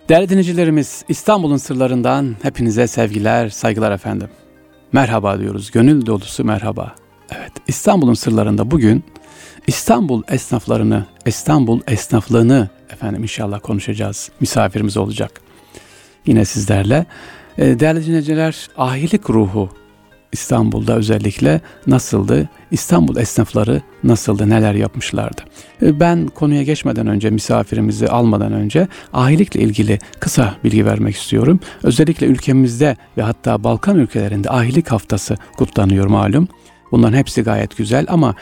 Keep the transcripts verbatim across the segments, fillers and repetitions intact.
Değerli dinleyicilerimiz, İstanbul'un sırlarından hepinize sevgiler, saygılar efendim. Merhaba diyoruz, gönül dolusu merhaba. Evet, İstanbul'un sırlarında bugün İstanbul esnaflarını, İstanbul esnaflığını efendim inşallah konuşacağız. Misafirimiz olacak yine sizlerle. Değerli dinleyiciler, ahilik ruhu İstanbul'da özellikle nasıldı? İstanbul esnafları nasıldı? Neler yapmışlardı? Ben konuya geçmeden önce, misafirimizi almadan önce ahilikle ilgili kısa bilgi vermek istiyorum. Özellikle ülkemizde ve hatta Balkan ülkelerinde ahilik haftası kutlanıyor malum. Bunların hepsi gayet güzel ama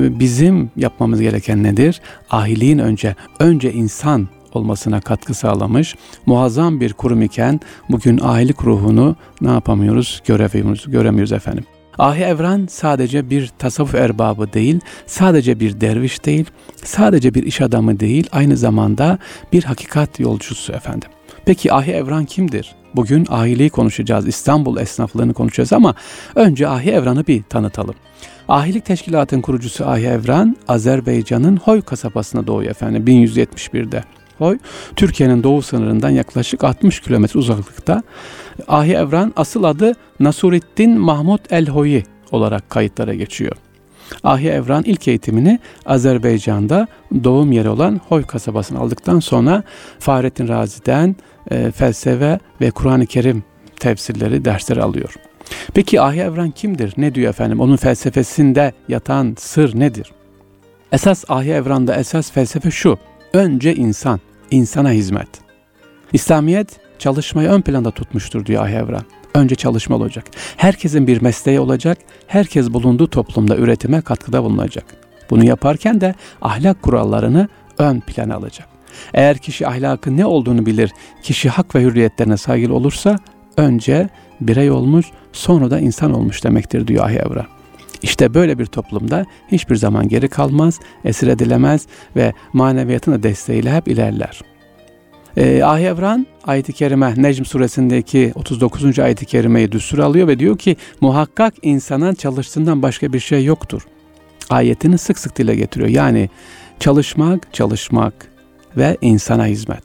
bizim yapmamız gereken nedir? Ahiliğin önce, önce insan olmasına katkı sağlamış muazzam bir kurum iken bugün ahilik ruhunu ne yapamıyoruz? Göremiyoruz, göremiyoruz efendim. Ahi Evran sadece bir tasavvuf erbabı değil, sadece bir derviş değil, sadece bir iş adamı değil, aynı zamanda bir hakikat yolcusu efendim. Peki Ahi Evran kimdir? Bugün ahiliği konuşacağız, İstanbul esnaflığını konuşacağız ama önce Ahi Evran'ı bir tanıtalım. Ahilik Teşkilatı'nın kurucusu Ahi Evran, Azerbaycan'ın Hoy kasabasında doğuyor efendim bin yüz yetmiş birde. Hoy, Türkiye'nin doğu sınırından yaklaşık altmış kilometre uzaklıkta. Ahi Evran asıl adı Nasurettin Mahmud El-Hoyi olarak kayıtlara geçiyor. Ahi Evran ilk eğitimini Azerbaycan'da doğum yeri olan Hoy kasabasını aldıktan sonra Fahrettin Razi'den e, felsefe ve Kur'an-ı Kerim tefsirleri, dersleri alıyor. Peki Ahi Evran kimdir? Ne diyor efendim? Onun felsefesinde yatan sır nedir? Esas Ahi Evran'da esas felsefe şu: önce insan, insana hizmet. İslamiyet çalışmayı ön planda tutmuştur diyor Ahi Evran. Önce çalışma olacak. Herkesin bir mesleği olacak. Herkes bulunduğu toplumda üretime katkıda bulunacak. Bunu yaparken de ahlak kurallarını ön plana alacak. Eğer kişi ahlakın ne olduğunu bilir, kişi hak ve hürriyetlerine saygılı olursa önce birey olmuş, sonra da insan olmuş demektir diyor Ahi Evran. İşte böyle bir toplumda hiçbir zaman geri kalmaz, esir edilemez ve maneviyatın da desteğiyle hep ilerler. Ee, Ahi Evran ayet-i kerime, Necm suresindeki otuz dokuzuncu ayet-i kerimeyi düstur alıyor ve diyor ki muhakkak insana çalıştığından başka bir şey yoktur. Ayetini sık sık dile getiriyor. Yani çalışmak, çalışmak ve insana hizmet.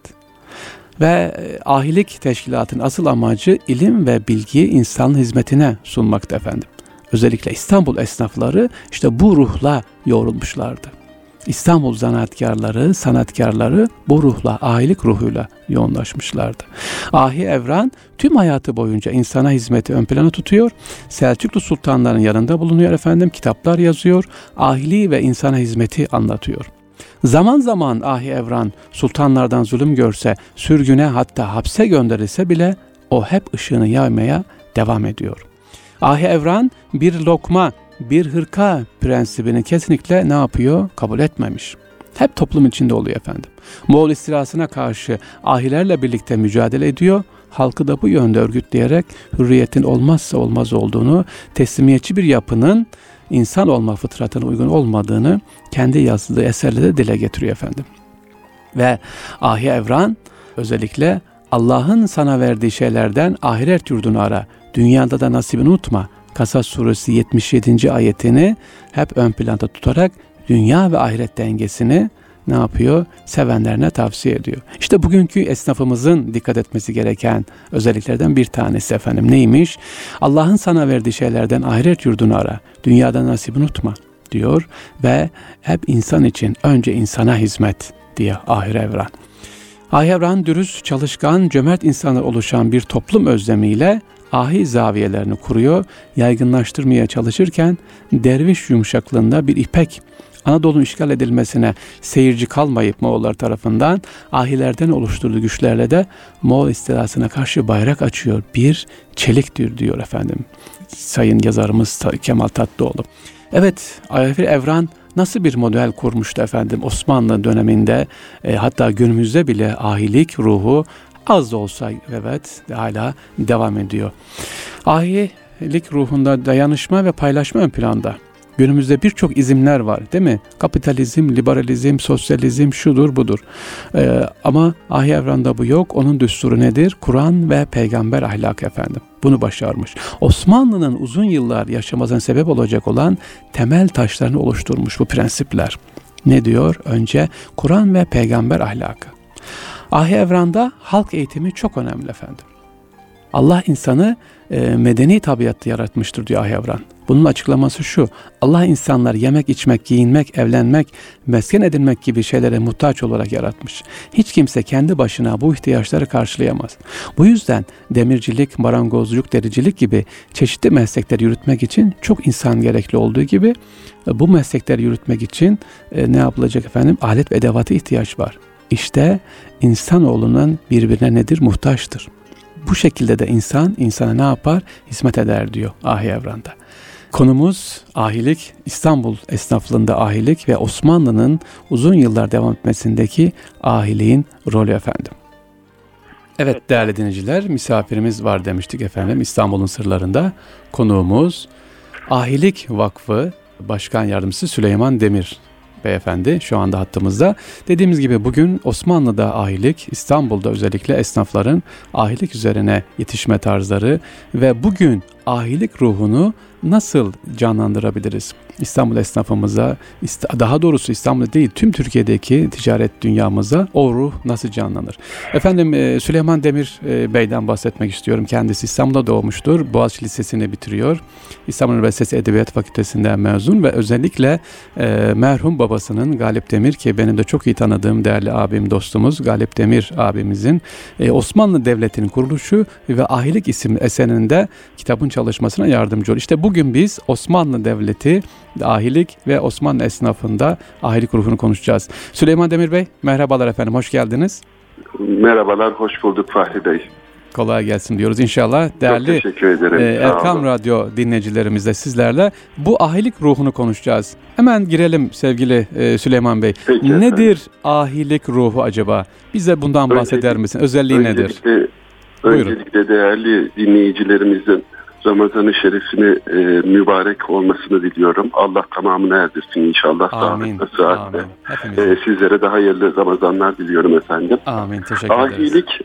Ve ahilik teşkilatının asıl amacı ilim ve bilgiyi insanın hizmetine sunmakta efendim. Özellikle İstanbul esnafları işte bu ruhla yoğrulmuşlardı. İstanbul zanaatkarları, sanatkarları bu ruhla, ahilik ruhuyla yoğunlaşmışlardı. Ahi Evran tüm hayatı boyunca insana hizmeti ön plana tutuyor. Selçuklu sultanların yanında bulunuyor efendim, kitaplar yazıyor, ahiliği ve insana hizmeti anlatıyor. Zaman zaman Ahi Evran sultanlardan zulüm görse, sürgüne hatta hapse gönderilse bile o hep ışığını yaymaya devam ediyor. Ahi Evran bir lokma, bir hırka prensibini kesinlikle ne yapıyor? Kabul etmemiş. Hep toplum içinde oluyor efendim. Moğol istilasına karşı ahilerle birlikte mücadele ediyor. Halkı da bu yönde örgütleyerek hürriyetin olmazsa olmaz olduğunu, teslimiyetçi bir yapının insan olma fıtratına uygun olmadığını kendi yazdığı eserlerde dile getiriyor efendim. Ve Ahi Evran özellikle Allah'ın sana verdiği şeylerden ahiret yurdunu ara, dünyada da nasibini unutma. Kasas suresi yetmiş yedinci ayetini hep ön planda tutarak dünya ve ahiret dengesini ne yapıyor? Sevenlerine tavsiye ediyor. İşte bugünkü esnafımızın dikkat etmesi gereken özelliklerden bir tanesi efendim. Neymiş? Allah'ın sana verdiği şeylerden ahiret yurdunu ara, dünyada nasibini unutma diyor ve hep insan için önce insana hizmet diye Ahi Evran. Ahi Evran dürüst, çalışkan, cömert insanlar oluşan bir toplum özlemiyle ahi zaviyelerini kuruyor, yaygınlaştırmaya çalışırken derviş yumuşaklığında bir ipek, Anadolu'nun işgal edilmesine seyirci kalmayıp Moğollar tarafından ahilerden oluşturduğu güçlerle de Moğol istilasına karşı bayrak açıyor. Bir çeliktir diyor efendim sayın yazarımız Kemal Tatlıoğlu. Evet, Ahi Evran nasıl bir model kurmuştu efendim Osmanlı döneminde, e, hatta günümüzde bile ahilik ruhu az da olsa evet hala devam ediyor. Ahilik ruhunda dayanışma ve paylaşma ön planda. Günümüzde birçok izimler var değil mi? Kapitalizm, liberalizm, sosyalizm şudur budur. Ee, ama Ahi Evran'da bu yok. Onun düsturu nedir? Kur'an ve peygamber ahlakı efendim. Bunu başarmış. Osmanlı'nın uzun yıllar yaşamasına sebep olacak olan temel taşlarını oluşturmuş bu prensipler. Ne diyor? Önce Kur'an ve peygamber ahlakı. Ahi evranda halk eğitimi çok önemli efendim. Allah insanı e, medeni tabiatta yaratmıştır diyor Ahi Evran. Bunun açıklaması şu: Allah insanları yemek, içmek, giyinmek, evlenmek, mesken edinmek gibi şeylere muhtaç olarak yaratmış. Hiç kimse kendi başına bu ihtiyaçları karşılayamaz. Bu yüzden demircilik, marangozluk, dericilik gibi çeşitli meslekleri yürütmek için çok insan gerekli olduğu gibi bu meslekleri yürütmek için e, ne yapılacak efendim? Alet ve edevata ihtiyaç var. İşte insanoğlunun birbirine nedir? Muhtaçtır. Bu şekilde de insan, insana ne yapar? Hizmet eder diyor Ahi Evran'da. Konumuz ahilik, İstanbul esnaflığında ahilik ve Osmanlı'nın uzun yıllar devam etmesindeki ahiliğin rolü efendim. Evet değerli dinleyiciler, misafirimiz var demiştik efendim İstanbul'un sırlarında. Konuğumuz Ahilik Vakfı Başkan Yardımcısı Süleyman Demir Beyefendi şu anda hattımızda. Dediğimiz gibi bugün Osmanlı'da ahilik, İstanbul'da özellikle esnafların ahilik üzerine yetişme tarzları ve bugün ahilik ruhunu nasıl canlandırabiliriz? İstanbul esnafımıza, daha doğrusu İstanbul'da değil tüm Türkiye'deki ticaret dünyamıza o ruh nasıl canlanır? Efendim Süleyman Demir Bey'den bahsetmek istiyorum. Kendisi İstanbul'da doğmuştur. Boğaziçi Lisesi'ni bitiriyor. İstanbul Üniversitesi Edebiyat Fakültesinden mezun ve özellikle e, merhum babasının Galip Demir, ki benim de çok iyi tanıdığım değerli abim, dostumuz Galip Demir abimizin e, Osmanlı Devleti'nin kuruluşu ve Ahilik isimli eserinde kitabın çalışmasına yardımcı oluyor. İşte bugün biz Osmanlı Devleti, ahilik ve Osmanlı esnafında ahilik ruhunu konuşacağız. Süleyman Demir Bey, merhabalar efendim, hoş geldiniz. Merhabalar, hoş bulduk Fahri Bey. Kolay gelsin diyoruz inşallah. Değerli Çok teşekkür ederim. E, Erkam Radyo dinleyicilerimizle sizlerle bu ahilik ruhunu konuşacağız. Hemen girelim sevgili e, Süleyman Bey. Peki nedir efendim. Ahilik ruhu acaba? Bize bundan bahseder Öncelik, misin? Özelliği nedir? Öncelikle değerli dinleyicilerimizin Ramazan-ı Şerif'ini e, mübarek olmasını diliyorum. Allah tamamını erdirsin inşallah. Amin. Saatte. E, sizlere daha hayırlı Ramazanlar diliyorum efendim. Amin. Teşekkür ederiz. Ahilik,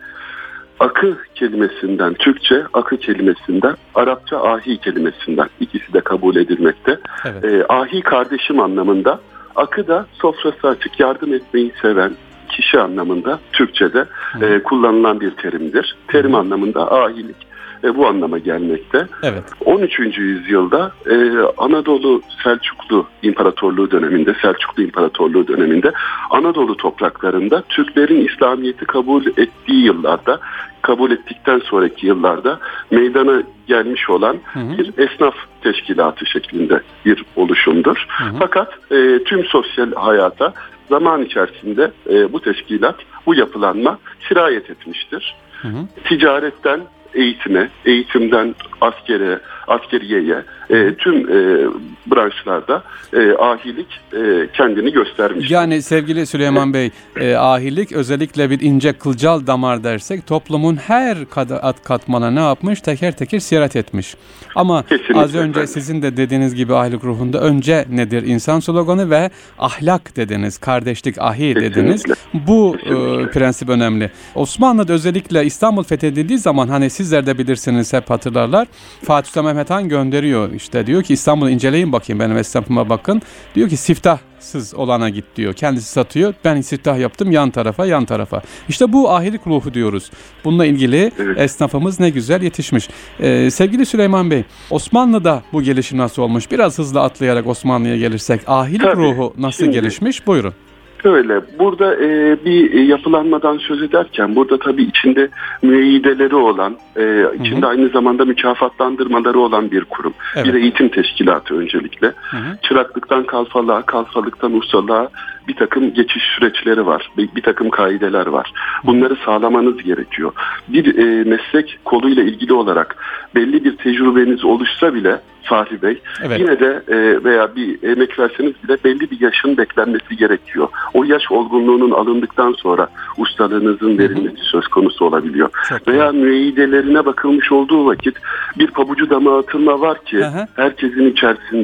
akı kelimesinden, Türkçe akı kelimesinden, Arapça ahi kelimesinden, ikisi de kabul edilmekte. Evet. E, ahi kardeşim anlamında, akı da sofrası açık, yardım etmeyi seven kişi anlamında Türkçe'de e, kullanılan bir terimdir. Terim Hı. anlamında ahilik e, bu anlama gelmekte. Evet. on üçüncü yüzyılda e, Anadolu Selçuklu İmparatorluğu döneminde, Selçuklu İmparatorluğu döneminde Anadolu topraklarında Türklerin İslamiyet'i kabul ettiği yıllarda, kabul ettikten sonraki yıllarda meydana gelmiş olan hı hı. bir esnaf teşkilatı şeklinde bir oluşumdur. Hı hı. Fakat e, tüm sosyal hayata zaman içerisinde e, bu teşkilat, bu yapılanma sirayet etmiştir. Hı hı. Ticaretten eğitime, eğitimden askere, askeriyeye, e, tüm e, branşlarda e, ahilik e, kendini göstermiştir. Yani sevgili Süleyman Bey, e, ahilik özellikle bir ince kılcal damar dersek toplumun her kat katmana ne yapmış? Teker teker siyaret etmiş. Ama kesinlikle az önce efendim. Sizin de dediğiniz gibi ahilik ruhunda önce nedir? İnsan sloganı ve ahlak dediniz, kardeşlik, ahi dediniz. Kesinlikle. Bu e, prensip önemli. Osmanlı'da özellikle İstanbul fethedildiği zaman hani sizler de bilirsiniz, hep hatırlarlar. Fatih Sultan Mehmet Han gönderiyor. İşte diyor ki İstanbul'u inceleyin bakayım, benim esnafıma bakın. Diyor ki siftahsız olana git diyor. Kendisi satıyor. Ben siftah yaptım yan tarafa yan tarafa. İşte bu ahilik ruhu diyoruz. Bununla ilgili evet. esnafımız ne güzel yetişmiş. Ee, sevgili Süleyman Bey, Osmanlı'da bu gelişim nasıl olmuş? Biraz hızlı atlayarak Osmanlı'ya gelirsek ahilik Tabii. ruhu nasıl Şimdi. gelişmiş? Buyurun. Öyle. Burada e, bir yapılanmadan söz ederken burada tabii içinde müeyyideleri olan, e, içinde hı hı. aynı zamanda mükafatlandırmaları olan bir kurum. Evet. Bir eğitim teşkilatı öncelikle. Hı hı. Çıraklıktan kalfalığa, kalfalıktan ustalığa bir takım geçiş süreçleri var. Bir, bir takım kaideler var. Bunları sağlamanız gerekiyor. Bir e, meslek koluyla ilgili olarak belli bir tecrübeniz oluşsa bile Fahri Bey, evet. yine de e, veya bir emek verseniz bile belli bir yaşın beklenmesi gerekiyor. O yaş olgunluğunun alındıktan sonra ustalığınızın verilmesi hı hı. söz konusu olabiliyor. Çok veya iyi. müeyyidelerine bakılmış olduğu vakit bir pabucu dama atılma var ki hı hı. herkesin içerisinde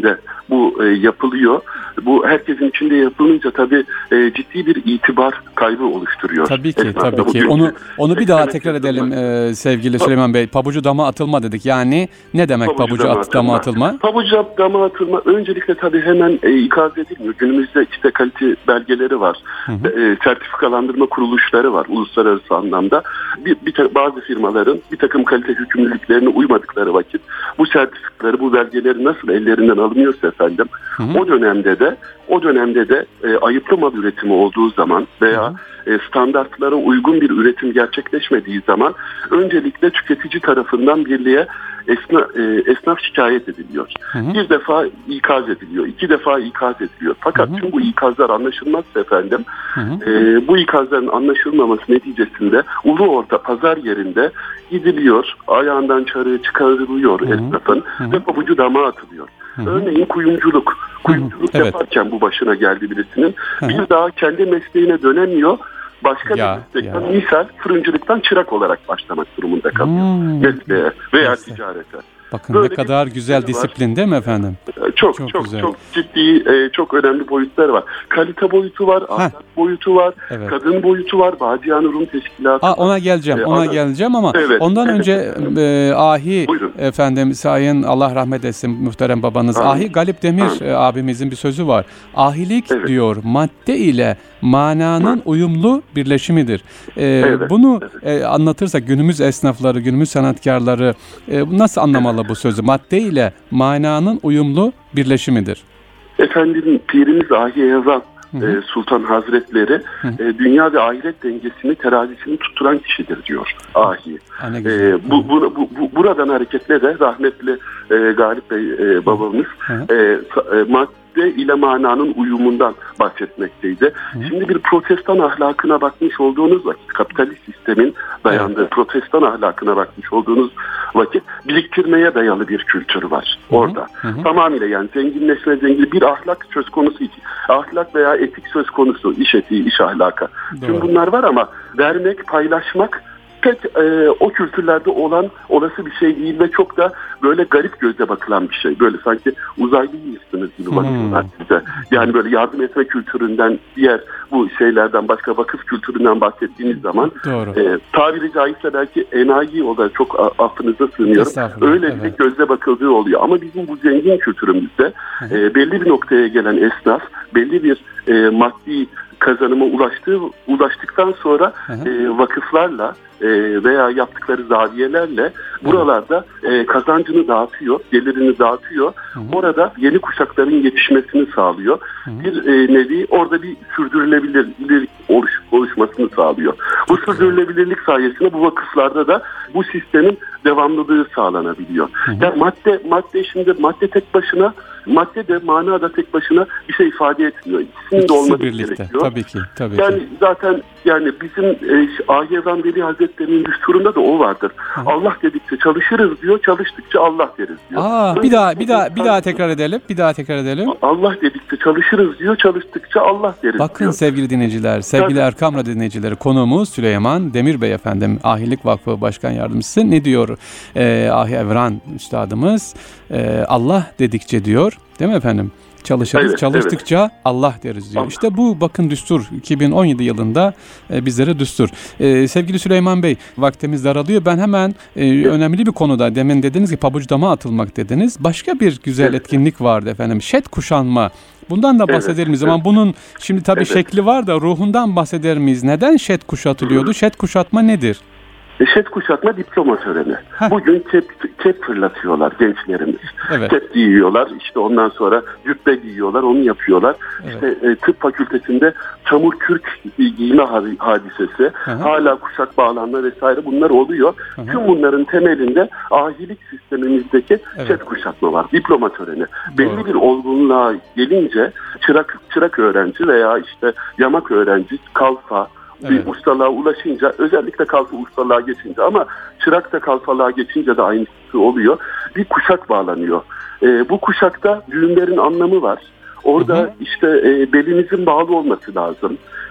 bu e, yapılıyor. Bu herkesin içinde yapılınca tabii e, ciddi bir itibar kaybı oluşturuyor. Tabii ki, Esnafta tabii ki. Onu onu bir daha tekrar edelim e, sevgili Süleyman Bey. Pabucu dama atılma dedik. Yani ne demek pabucu, pabucu dama, at, dama atılma? Pabucu dama atılma öncelikle tabii hemen e, ikaz edilmiyor. Günümüzde işte kalite belgeleri var. Hı hı. E, sertifikalandırma kuruluşları var uluslararası anlamda. Bir, bir bazı firmaların bir takım kalite hükümlülüklerine uymadıkları vakit bu sertifikaları, bu belgeleri nasıl ellerinden alınıyorsa efendim, hı hı. o dönemde de o dönemde de e, ayıplı mal üretimi olduğu zaman veya hı hı. e, standartlara uygun bir üretim gerçekleşmediği zaman öncelikle tüketici tarafından birliğe esna, e, esnaf şikayet ediliyor. Hı hı. Bir defa ikaz ediliyor, iki defa ikaz ediliyor. Fakat hı hı. tüm bu ikazlar anlaşılmazsa efendim, hı hı. E, bu ikazların anlaşılmaması neticesinde ulu orta pazar yerinde gidiliyor, ayağından çarığı çıkarılıyor hı hı. esnafın hı hı. ve pabucu dama atılıyor. Hı hı. Örneğin kuyumculuk. Kuyumculuk hı hı. yaparken evet. bu başına geldi birisinin. Hı hı. Bir daha kendi mesleğine dönemiyor. Başka ya, bir meslekten, ya. misal fırıncılıktan çırak olarak başlamak durumunda kalıyor. Hmm. Mesleğe veya Neyse. ticarete. Bakın böyle ne kadar güzel disiplin var. Değil mi efendim? Çok çok çok, güzel. çok ciddi, çok önemli boyutları var. Kalite boyutu var, ahlak boyutu var, evet. kadın boyutu var, Badiye Rum Teşkilatı. Aa, ona geleceğim, ona ana... geleceğim ama evet, ondan evet, önce e, Ahi Buyurun. efendim Sayın Allah rahmet etsin muhterem babanız. Amin. Ahi Galip Demir Amin. abimizin bir sözü var. Ahilik evet. diyor madde ile mananın Hı. uyumlu birleşimidir. E, evet. Bunu evet. E, anlatırsak günümüz esnafları, günümüz sanatkarları e, nasıl anlamalı? Bu sözü madde ile mananın uyumlu birleşimidir. Efendim Pirimiz Ahi yazan e, Sultan Hazretleri e, dünya ve ahiret dengesini terazisini tutturan kişidir diyor Ahi. E, bu, bu, bu, bu buradan hareketle de rahmetli e, Galip Bey e, babamız e, e, madde ile mananın uyumundan bahsetmekteydi. Hı. Şimdi bir protestan ahlakına bakmış olduğunuz vakit, kapitalist sistemin dayandığı evet. protestan ahlakına bakmış olduğunuz vakit biriktirmeye dayalı bir kültür var hı hı. orada. Hı hı. Tamamıyla yani zenginleşme, zengin bir ahlak söz konusu için. Ahlak veya etik söz konusu, iş etiği, iş ahlaka. Doğru. Tüm bunlar var ama vermek, paylaşmak pek e, o kültürlerde olan olası bir şey değil ve çok da böyle garip gözle bakılan bir şey. Böyle sanki uzaylıymışsınız gibi bakıyorlar hmm. size. Yani böyle yardım etme kültüründen, diğer bu şeylerden, başka vakıf kültüründen bahsettiğiniz zaman e, tabiri caizse belki enayi o da çok affınıza sığınıyorum. Öyle evet. bir gözle bakıldığı oluyor. Ama bizim bu zengin kültürümüzde e, belli bir noktaya gelen esnaf, belli bir e, maddi kazanıma ulaştığı ulaştıktan sonra e, vakıflarla e, veya yaptıkları zaviyelerle buralarda e, kazancını dağıtıyor, gelirini dağıtıyor. Hı hı. Orada yeni kuşakların yetişmesini sağlıyor. Hı hı. Bir e, nevi orada bir sürdürülebilirlik oluş, oluşmasını sağlıyor. Bu sürdürülebilirlik sayesinde bu vakıflarda da bu sistemin devamlılığı sağlanabiliyor. Hı hı. Yani madde madde şimdi madde tek başına madde de mana da tek başına bir şey ifade etmiyor. İkisinin İkisi de olması birlikte. Gerekiyor. Tabii ki, tabii yani ki. zaten yani bizim e, Ahi Evran Veli Hazretleri'nin düsturunda da o vardır. Hı. Allah dedikçe çalışırız diyor, çalıştıkça Allah deriz diyor. Aa, bir daha bir daha bir daha tekrar edelim. Bir daha tekrar edelim. Allah dedikçe çalışırız diyor, çalıştıkça Allah deriz Bakın diyor. Sevgili dinleyiciler, sevgili tabii. Erkam Radyo dinleyicileri, konuğumuz Süleyman Demir Bey efendim, Ahilik Vakfı Başkan Yardımcısı. Ne diyor e, Ahi Evran üstadımız? E, Allah dedikçe diyor. Değil mi efendim? Çalışırız, evet, çalıştıkça evet. Allah deriz diyor. Allah. İşte bu bakın düstur. iki bin on yedi yılında e, bizlere düstur. E, sevgili Süleyman Bey, vaktimiz daralıyor. Ben hemen e, evet. önemli bir konuda, demin dediniz ki pabuç dama atılmak dediniz. Başka bir güzel evet. etkinlik vardı efendim. Şet kuşanma. Bundan da bahseder miyiz? Evet. Ama bunun şimdi tabii evet. şekli var da ruhundan bahseder miyiz? Neden şet kuşatılıyordu? Şet kuşatma nedir? Şet kuşatma diploma töreni. Heh. Bugün kep, kep fırlatıyorlar gençlerimiz. Evet. Kep giyiyorlar, işte ondan sonra cübbe giyiyorlar, onu yapıyorlar. Evet. İşte e, tıp fakültesinde çamur kürk giyme hadisesi, Hı-hı. hala kuşak bağlanma vesaire bunlar oluyor. Hı-hı. Tüm bunların temelinde ahilik sistemimizdeki evet. şet kuşatma var, diploma töreni. Doğru. Belli bir olgunluğa gelince çırak çırak öğrenci veya işte yamak öğrenci, kalfa, bir evet. ustalığa ulaşınca, özellikle kalfa ustalığa geçince ama çırak da kalfalığa geçince de aynısı oluyor. Bir kuşak bağlanıyor. E, bu kuşakta düğünlerin anlamı var. Orada hı hı. işte e, belinizin bağlı olması lazım.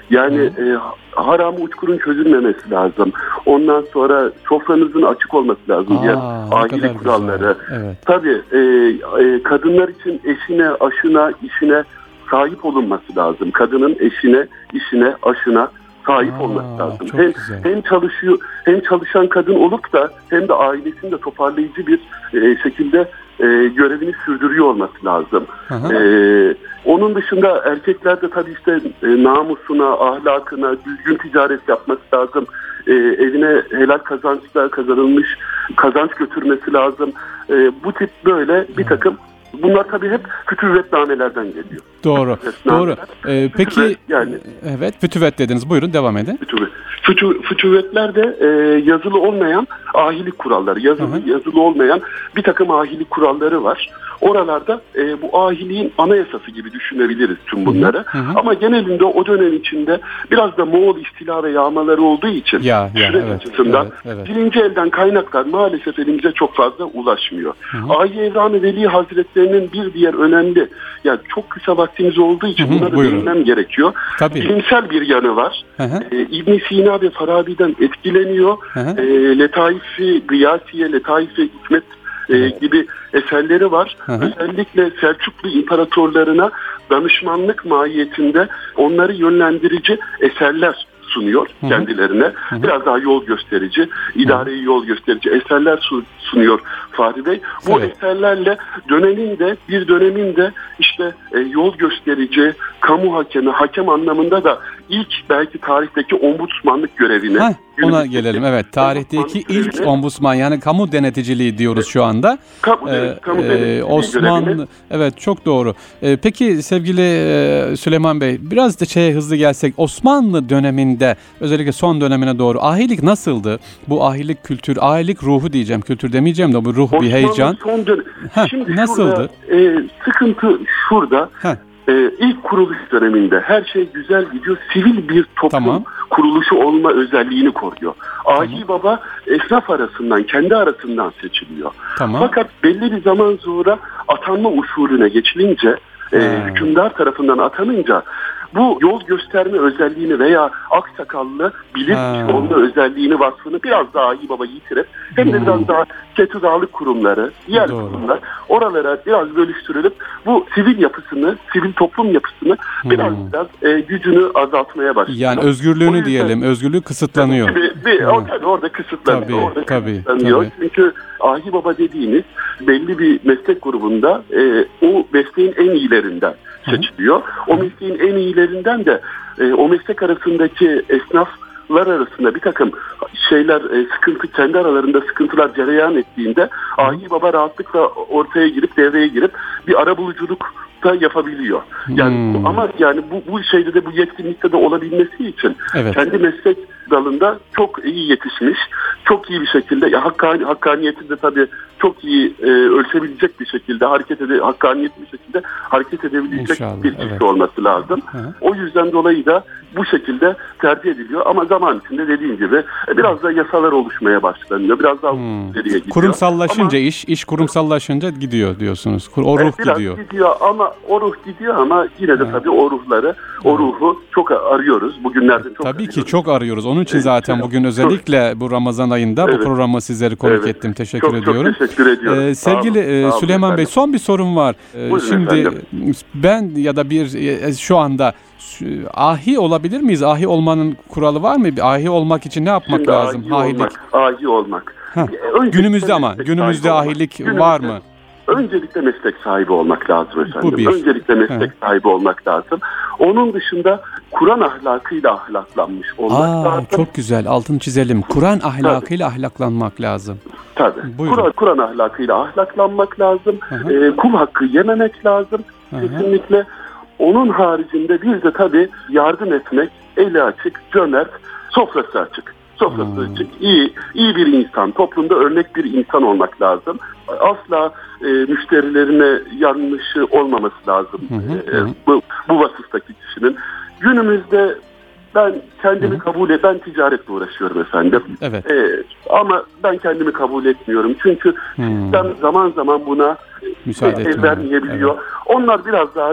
Yani e, haramı uçkurun çözülmemesi lazım. Ondan sonra sofranızın açık olması lazım. Aa, diye aile kuralları. Evet. Tabii e, e, kadınlar için eşine, aşına, işine sahip olunması lazım. Kadının eşine, işine, aşına sahip Aa, olması lazım. çok Hem, güzel. hem çalışıyor, hem çalışan kadın olup da hem de ailesini de toparlayıcı bir e, şekilde e, görevini sürdürüyor olması lazım. E, onun dışında erkekler de tabii işte e, namusuna, ahlakına, düzgün ticaret yapması lazım. E, evine helal kazançlar kazanılmış kazanç götürmesi lazım. E, bu tip böyle bir takım. Bunlar tabii hep fütüvvetnamelerden geliyor. Doğru. Doğru. Ee, peki Fütüvet, yani evet, fütüvet dediniz. Buyurun devam edin. Fütüvet. Fütü, fütüvetlerde e, yazılı olmayan ahilik kuralları, yazılı Hı hı. yazılı olmayan bir takım ahilik kuralları var. Oralarda e, bu ahiliğin anayasası gibi düşünebiliriz tüm bunları. Hı hı. Ama genelinde o dönem içinde biraz da Moğol istila ve yağmaları olduğu için Ya, ya, süreç evet, açısından evet, evet. birinci elden kaynaklar maalesef elimize çok fazla ulaşmıyor. Hı hı. Ahi Evran-ı Veli Hazretlerinin bir diğer önemli, yani çok kısa vaktimiz olduğu için Hı hı, bunları buyurun. değinmem gerekiyor. Tabii. Bilimsel bir yanı var. Hı hı. Ee, İbn Sina ve Farabi'den etkileniyor. Hı hı. Ee, Letaif-i Gıyasiye, Letaif-i Hikmet e, gibi eserleri var. Hı hı. Özellikle Selçuklu imparatorlarına danışmanlık mahiyetinde onları yönlendirici eserler sunuyor Hı hı. kendilerine. Hı hı. Biraz daha yol gösterici, idareyi yol gösterici eserler su- sunuyor Fahri Bey. Bu Evet. eserlerle dönemin de bir dönemin de işte e, yol gösterici, kamu hakemi, hakem anlamında da ilk belki tarihteki ombudsmanlık görevini. Heh, ona günümüzdeki gelelim. Evet. Tarihteki ombudsmanlık ilk görevini- ombudsman, yani kamu deneticiliği diyoruz şu anda. Kamu, Ee, kamu e, deneticiliği Osman, görevini- evet, çok doğru. Ee, peki sevgili e, Süleyman Bey, biraz da şeye hızlı gelsek, Osmanlı döneminde özellikle son dönemine doğru ahilik nasıldı? Bu ahilik kültür, ahilik ruhu diyeceğim, kültür demeyeceğim de bu ruh bir Osmanlı heyecan. son dönem. Heh, Şimdi nasıldı? şurada e, sıkıntı şurada. Heh. E, ilk kuruluş döneminde her şey güzel gidiyor. Sivil bir toplum Tamam. kuruluşu olma özelliğini koruyor. Ahi Baba esnaf arasından, kendi arasından seçiliyor. Tamam. Fakat belli bir zaman sonra atanma usulüne geçilince, e, Ha. hükümdar tarafından atanınca bu yol gösterme özelliğini veya aksakallı bilir Ha. olma özelliğini, vasfını biraz daha Ahi Baba yitirip hem de biraz daha Ketüdağlık kurumları, diğer Doğru. kurumlar oralara biraz bölüştürülüp bu sivil yapısını, sivil toplum yapısını biraz biraz e, gücünü azaltmaya başlıyor. Yani O özgürlüğünü yüzden- diyelim, özgürlüğü kısıtlanıyor. Bir, bir, o, Hı. tabii orada kısıtlanıyor. Tabii, orada tabii, kısıtlanıyor. tabii. Çünkü Ahi Baba dediğiniz belli bir meslek grubunda e, o mesleğin en iyilerinden seçiliyor. O mesleğin en iyilerinden de e, o meslek arasındaki esnaflar arasında bir takım şeyler, e, sıkıntı, kendi aralarında sıkıntılar cereyan ettiğinde Ahi Baba rahatlıkla ortaya girip, devreye girip bir arabuluculuk da yapabiliyor. Yani Hmm. ama yani bu bu şeyde de, bu yetkinlikte de olabilmesi için Evet. kendi meslek dalında çok iyi yetişmiş, çok iyi bir şekilde, ya hakkan, hakkaniyetinde tabii çok iyi e, ölçebilecek bir şekilde hareket ede, hakkaniyetli bir şekilde hareket edebilecek İnşallah, bir kişi evet. olması lazım. Hı hı. O yüzden dolayı da bu şekilde tercih ediliyor. Ama zaman içinde dediğim gibi e, biraz da yasalar oluşmaya başlanıyor. Biraz daha Hmm. ileriye gidiyor. Kurumsallaşınca Ama- iş, iş kurumsallaşınca gidiyor diyorsunuz. Kur- O ruh Evet, biraz gidiyor. gidiyor ama o ruh gidiyor ama yine de Ha. tabii o ruhları, o ruhu çok arıyoruz. Bugünlerde çok Tabii ki arıyoruz. çok arıyoruz. Onun için Evet, zaten çok- bugün özellikle bu Ramazan ayında bu Evet. programa sizleri konuk Evet. ettim. Teşekkür Çok çok ediyorum. teşekkür ediyorum. Ee, Sağ olun, sevgili e, sağ olun Süleyman Bey, efendim. son bir sorum var. Ee, Buyurun Şimdi efendim. ben ya da bir e, şu anda şu- ahi olabilir miyiz? Ahi olmanın kuralı var mı? Bir ahi olmak için ne yapmak Şimdi lazım? ahi Ahilik. olmak, ahi olmak. Heh. Öncelikle Günümüzde ama meslek günümüzde sahibi olmak. ahilik Günümüzde- var mı? Öncelikle meslek sahibi olmak lazım efendim. Bu bir. Öncelikle meslek He. sahibi olmak lazım. Onun dışında Kur'an ahlakıyla ahlaklanmış olmak Aa, lazım. çok güzel. Altını çizelim. Kur'an ahlakıyla ahlaklanmak lazım. Tabii. Buyurun. Kur'an, Kur'an ahlakıyla ahlaklanmak lazım. Hı Ee, kul hakkı yememek lazım. Hı hı. Kesinlikle. Onun haricinde bir de tabii yardım etmek, eli açık, cömert, sofrası açık. Sofrası Hmm. açık, iyi, iyi bir insan, toplumda örnek bir insan olmak lazım. Asla e, müşterilerine yanlışı olmaması lazım. Hı hı, E, hı. bu, bu vasıftaki kişinin. Günümüzde ben kendimi Hı hı. kabul et, ben ticaretle uğraşıyorum efendim. Evet. E, ama ben kendimi kabul etmiyorum. Çünkü Hmm. sistem zaman zaman buna Müsaade el etmiyor. vermeyebiliyor. Onlar biraz daha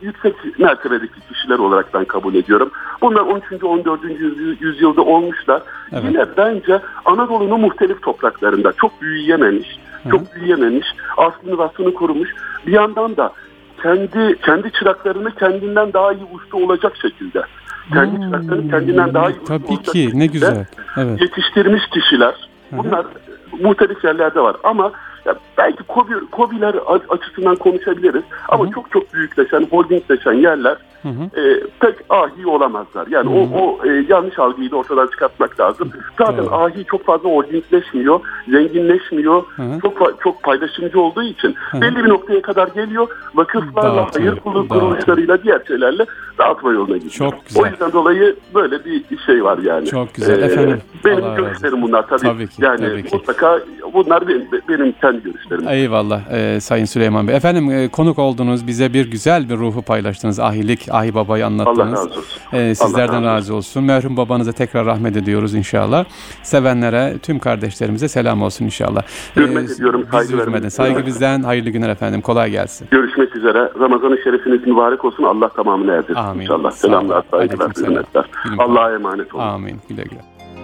yüksek mertebedeki kişiler olarak ben kabul ediyorum. Bunlar on üçüncü on dördüncü yüzyılda olmuşlar. Evet. Yine bence Anadolu'nun muhtelif topraklarında çok büyüyememiş, Hı. çok büyüyememiş, aslını vasfını korumuş. Bir yandan da kendi kendi çıraklarını kendinden daha iyi usta olacak şekilde, kendi hmm. çıraklarını kendinden daha iyi usta Tabii olacak ki, şekilde ne güzel. Evet. yetiştirmiş kişiler. Bunlar Hı. muhtelif yerlerde var ama ya belki KOBİ, KOBİ'ler açısından konuşabiliriz ama hı hı. çok çok büyükleşen, holdingleşen yerler hı hı. E, pek ahi olamazlar. Yani hı hı. o, o e, yanlış algıyı da ortadan çıkartmak lazım. Zaten evet. ahi çok fazla holdingleşmiyor, zenginleşmiyor, hı hı. çok çok paylaşımcı olduğu için hı hı. belli bir noktaya kadar geliyor. Vakıflarla, Dağıtıyor. hayır kuruluşlarıyla, diğer şeylerle dağıtma yoluna gidiyor. Çok güzel. O yüzden dolayı böyle bir şey var yani. Çok güzel. Ee, Efendim, benim görüşlerim bunlar tabii. tabii ki, yani tabii ki. Mutlaka bunlar benim, benim kendi görüşlerim. Eyvallah e, Sayın Süleyman Bey. Efendim e, konuk oldunuz, bize bir güzel bir ruhu paylaştınız. Ahilik, ahi babayı anlattınız. Allah razı olsun. E, sizlerden razı, razı olsun. Merhum babanıza tekrar rahmet ediyoruz inşallah. Sevenlere, tüm kardeşlerimize selam olsun inşallah. Hürmet e, ediyorum. Saygı, saygı bizden. Hayırlı günler efendim. Kolay gelsin. Görüşmek üzere. Ramazan-ı Şerifiniz mübarek olsun. Allah tamamını erdirsin. Amin. İnşallah. Selamlar, saygılar, hürmetler. Allah'a emanet olun. Amin. Güle güle.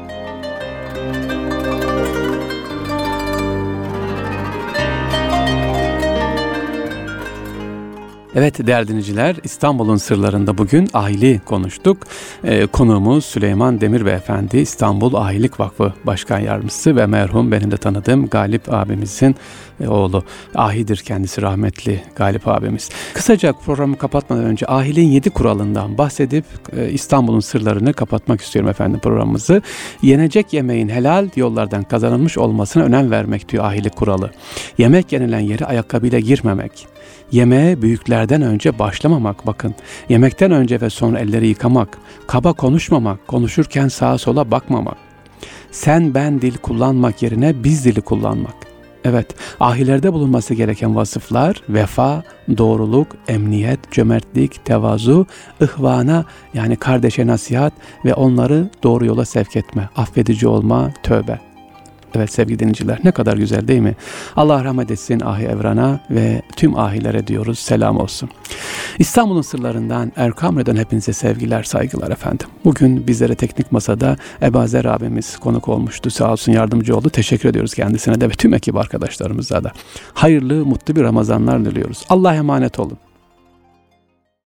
Evet değerli dinleyiciler, İstanbul'un sırlarında bugün ahili konuştuk. Ee, konuğumuz Süleyman Demir Beyefendi, İstanbul Ahilik Vakfı Başkan Yardımcısı ve merhum benim de tanıdığım Galip abimizin e, oğlu. Ahidir kendisi, rahmetli Galip abimiz. Kısaca programı kapatmadan önce ahiliğin yedi kuralından bahsedip e, İstanbul'un sırlarını kapatmak istiyorum efendim programımızı. Yenecek yemeğin helal yollardan kazanılmış olmasına önem vermek diyor ahilik kuralı. Yemek yenilen yere ayakkabıyla girmemek. Yemeğe büyüklerden önce başlamamak, bakın. Yemekten önce ve sonra elleri yıkamak, kaba konuşmamak, konuşurken sağa sola bakmamak. Sen ben dil kullanmak yerine biz dili kullanmak. Evet, ahilerde bulunması gereken vasıflar vefa, doğruluk, emniyet, cömertlik, tevazu, ihvana yani kardeşe nasihat ve onları doğru yola sevk etme, affedici olma, tövbe. Evet sevgili dinleyiciler, ne kadar güzel değil mi? Allah rahmet etsin ahi evrana ve tüm ahilere diyoruz, selam olsun. İstanbul'un sırlarından Erkam Radyo'dan hepinize sevgiler, saygılar efendim. Bugün bizlere teknik masada Ebazer abimiz konuk olmuştu. Sağ olsun, yardımcı oldu. Teşekkür ediyoruz kendisine de ve tüm ekip arkadaşlarımıza da. Hayırlı, mutlu bir Ramazanlar diliyoruz. Allah'a emanet olun.